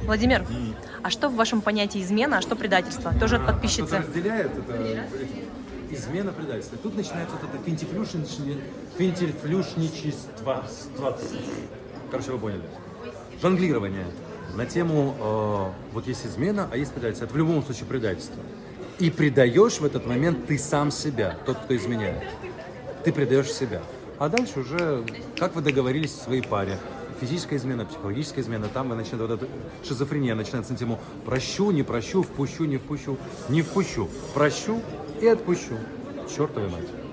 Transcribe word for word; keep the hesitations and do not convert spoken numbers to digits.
Владимир, Mm. а что в вашем понятии измена, а что предательство? Тоже от подписчицы. А, разделяет это измена, предательство. Тут начинается вот это финтифлюшничество. Финтифлюшничество. Короче, вы поняли. Жонглирование на тему, э, вот есть измена, а есть предательство. Это в любом случае предательство. И предаешь в этот момент ты сам себя, тот, кто изменяет. Ты предаешь себя. А дальше уже, как вы договорились в своей паре. Физическая измена, психологическая измена, там вы начнете, вот эта шизофрения начинается на тему прощу, не прощу, впущу, не впущу, не впущу, прощу и отпущу. Чертова мать.